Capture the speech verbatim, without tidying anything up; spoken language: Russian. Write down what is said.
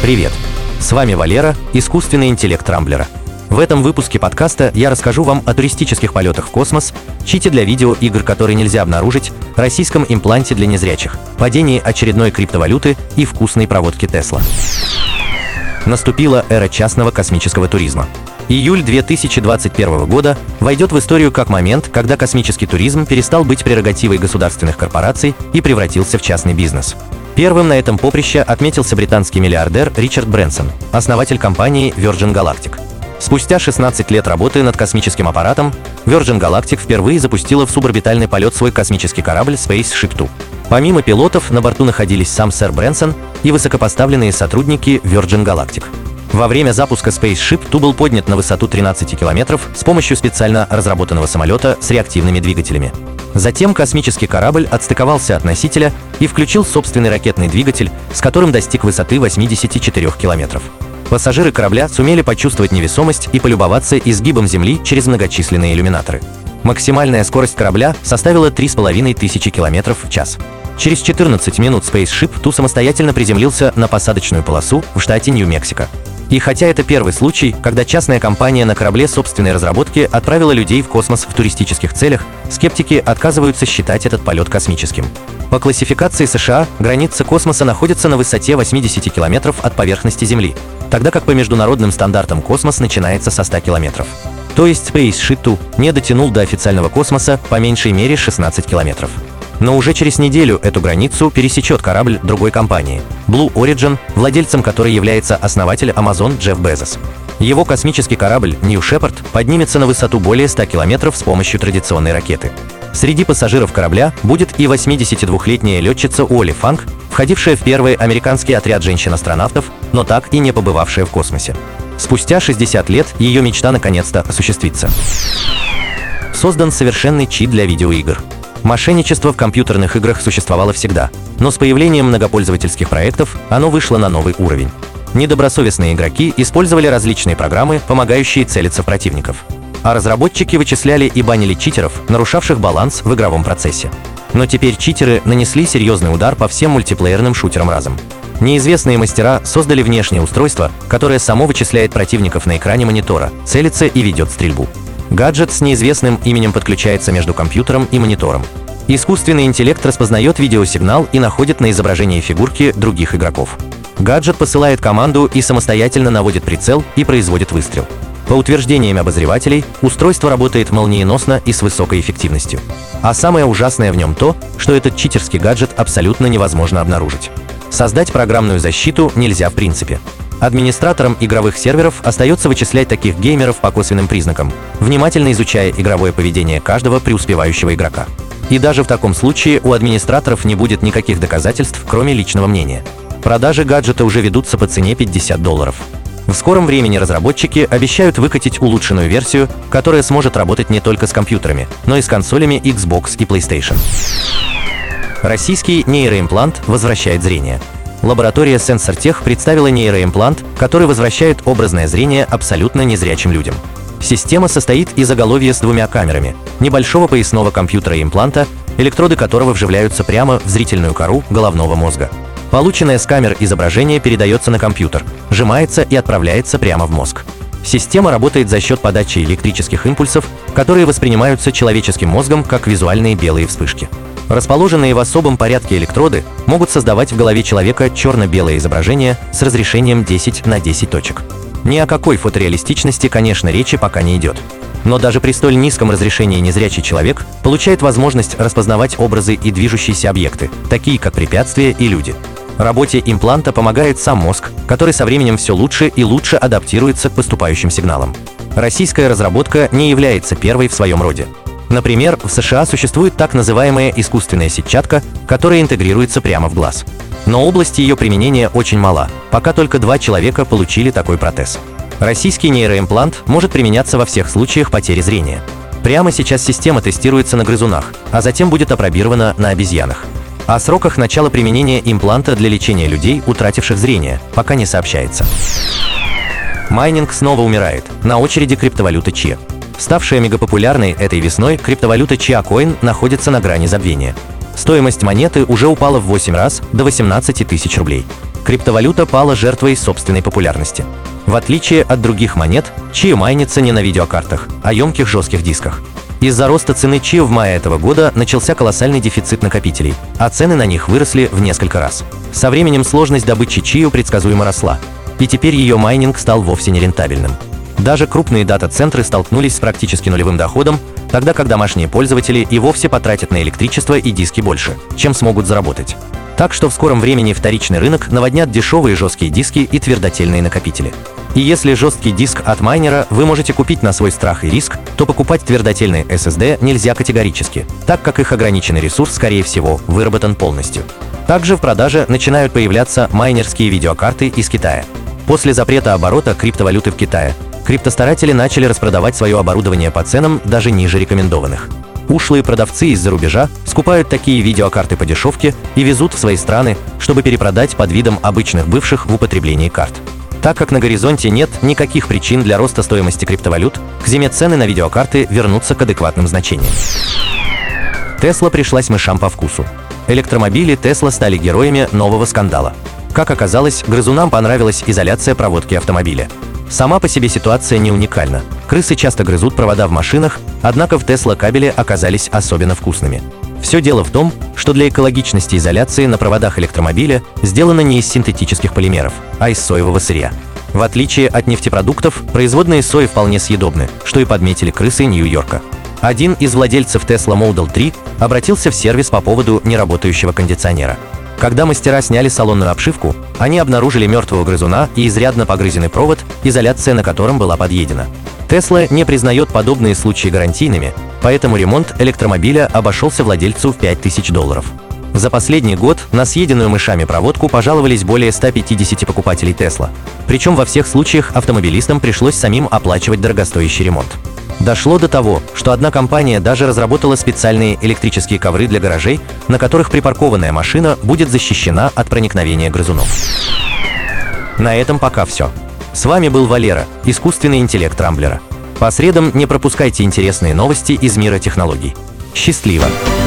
Привет! С вами Валера, искусственный интеллект Рамблера. В этом выпуске подкаста я расскажу вам о туристических полетах в космос, чите для видеоигр, которые нельзя обнаружить, российском импланте для незрячих, падении очередной криптовалюты и вкусной проводке Тесла. Наступила эра частного космического туризма. Июль две тысячи двадцать первого года войдет в историю как момент, когда космический туризм перестал быть прерогативой государственных корпораций и превратился в частный бизнес. Первым на этом поприще отметился британский миллиардер Ричард Брэнсон, основатель компании Virgin Galactic. Спустя шестнадцать лет работы над космическим аппаратом, Virgin Galactic впервые запустила в суборбитальный полет свой космический корабль Spaceship два. Помимо пилотов, на борту находились сам сэр Брэнсон и высокопоставленные сотрудники Virgin Galactic. Во время запуска Spaceship два был поднят на высоту тринадцати километров с помощью специально разработанного самолета с реактивными двигателями. Затем космический корабль отстыковался от носителя и включил собственный ракетный двигатель, с которым достиг высоты восьмидесяти четырёх километров. Пассажиры корабля сумели почувствовать невесомость и полюбоваться изгибом Земли через многочисленные иллюминаторы. Максимальная скорость корабля составила три с половиной тысячи километров в час. Через четырнадцать минут Spaceship два самостоятельно приземлился на посадочную полосу в штате Нью-Мексико. И хотя это первый случай, когда частная компания на корабле собственной разработки отправила людей в космос в туристических целях, скептики отказываются считать этот полет космическим. По классификации США граница космоса находится на высоте восьмидесяти километров от поверхности Земли, тогда как по международным стандартам космос начинается со ста километров. То есть Spaceship два не дотянул до официального космоса по меньшей мере шестнадцать километров. Но уже через неделю эту границу пересечет корабль другой компании – Blue Origin, владельцем которой является основатель Amazon Джефф Безос. Его космический корабль New Shepard поднимется на высоту более ста километров с помощью традиционной ракеты. Среди пассажиров корабля будет и восьмидесятидвухлетняя летчица Уолли Фанк, входившая в первый американский отряд женщин-астронавтов, но так и не побывавшая в космосе. Спустя шестьдесят лет ее мечта наконец-то осуществится. Создан совершенный чит для видеоигр. Мошенничество в компьютерных играх существовало всегда, но с появлением многопользовательских проектов оно вышло на новый уровень. Недобросовестные игроки использовали различные программы, помогающие целиться в противников. А разработчики вычисляли и банили читеров, нарушавших баланс в игровом процессе. Но теперь читеры нанесли серьезный удар по всем мультиплеерным шутерам разом. Неизвестные мастера создали внешнее устройство, которое само вычисляет противников на экране монитора, целится и ведет стрельбу. Гаджет с неизвестным именем подключается между компьютером и монитором. Искусственный интеллект распознает видеосигнал и находит на изображении фигурки других игроков. Гаджет посылает команду и самостоятельно наводит прицел и производит выстрел. По утверждениям обозревателей, устройство работает молниеносно и с высокой эффективностью. А самое ужасное в нем то, что этот читерский гаджет абсолютно невозможно обнаружить. Создать программную защиту нельзя в принципе. Администраторам игровых серверов остается вычислять таких геймеров по косвенным признакам, внимательно изучая игровое поведение каждого преуспевающего игрока. И даже в таком случае у администраторов не будет никаких доказательств, кроме личного мнения. Продажи гаджета уже ведутся по цене пятьдесят долларов. В скором времени разработчики обещают выкатить улучшенную версию, которая сможет работать не только с компьютерами, но и с консолями Xbox и PlayStation. Российский нейроимплант возвращает зрение. Лаборатория SensorTech представила нейроимплант, который возвращает образное зрение абсолютно незрячим людям. Система состоит из оголовья с двумя камерами, небольшого поясного компьютера импланта, электроды которого вживляются прямо в зрительную кору головного мозга. Полученное с камер изображение передается на компьютер, сжимается и отправляется прямо в мозг. Система работает за счет подачи электрических импульсов, которые воспринимаются человеческим мозгом как визуальные белые вспышки. Расположенные в особом порядке электроды могут создавать в голове человека черно-белое изображение с разрешением десять на десять точек. Ни о какой фотореалистичности, конечно, речи пока не идет. Но даже при столь низком разрешении незрячий человек получает возможность распознавать образы и движущиеся объекты, такие как препятствия и люди. Работе импланта помогает сам мозг, который со временем все лучше и лучше адаптируется к поступающим сигналам. Российская разработка не является первой в своем роде. Например, в США существует так называемая искусственная сетчатка, которая интегрируется прямо в глаз. Но область ее применения очень мала, пока только два человека получили такой протез. Российский нейроимплант может применяться во всех случаях потери зрения. Прямо сейчас система тестируется на грызунах, а затем будет опробирована на обезьянах. О сроках начала применения импланта для лечения людей, утративших зрение, пока не сообщается. Майнинг снова умирает. На очереди криптовалюта Chia. Ставшая мегапопулярной этой весной, криптовалюта Chia-Coin находится на грани забвения. Стоимость монеты уже упала в восемь раз до восемнадцати тысяч рублей. Криптовалюта пала жертвой собственной популярности. В отличие от других монет, Чио майнится не на видеокартах, а емких жестких дисках. Из-за роста цены Чио в мае этого года начался колоссальный дефицит накопителей, а цены на них выросли в несколько раз. Со временем сложность добычи Чио предсказуемо росла, и теперь ее майнинг стал вовсе нерентабельным. Даже крупные дата-центры столкнулись с практически нулевым доходом, тогда как домашние пользователи и вовсе потратят на электричество и диски больше, чем смогут заработать. Так что в скором времени вторичный рынок наводнят дешевые жесткие диски и твердотельные накопители. И если жесткий диск от майнера вы можете купить на свой страх и риск, то покупать твердотельные эс эс ди нельзя категорически, так как их ограниченный ресурс, скорее всего, выработан полностью. Также в продаже начинают появляться майнерские видеокарты из Китая. После запрета оборота криптовалюты в Китае, криптостаратели начали распродавать свое оборудование по ценам даже ниже рекомендованных. Ушлые продавцы из-за рубежа скупают такие видеокарты по дешевке и везут в свои страны, чтобы перепродать под видом обычных бывших в употреблении карт. Так как на горизонте нет никаких причин для роста стоимости криптовалют, к зиме цены на видеокарты вернутся к адекватным значениям. Тесла пришлась мышам по вкусу. Электромобили Тесла стали героями нового скандала. Как оказалось, грызунам понравилась изоляция проводки автомобиля. Сама по себе ситуация не уникальна. Крысы часто грызут провода в машинах, однако в Тесла кабели оказались особенно вкусными. Все дело в том, что для экологичности изоляции на проводах электромобиля сделано не из синтетических полимеров, а из соевого сырья. В отличие от нефтепродуктов, производные сои вполне съедобны, что и подметили крысы Нью-Йорка. Один из владельцев Tesla Model три обратился в сервис по поводу неработающего кондиционера. Когда мастера сняли салонную обшивку, они обнаружили мертвого грызуна и изрядно погрызенный провод, изоляция на котором была подъедена. Tesla не признает подобные случаи гарантийными, поэтому ремонт электромобиля обошелся владельцу в пять тысяч долларов. За последний год на съеденную мышами проводку пожаловались более ста пятидесяти покупателей Tesla. Причем во всех случаях автомобилистам пришлось самим оплачивать дорогостоящий ремонт. Дошло до того, что одна компания даже разработала специальные электрические ковры для гаражей, на которых припаркованная машина будет защищена от проникновения грызунов. На этом пока все. С вами был Валера, искусственный интеллект Рамблера. По средам не пропускайте интересные новости из мира технологий. Счастливо!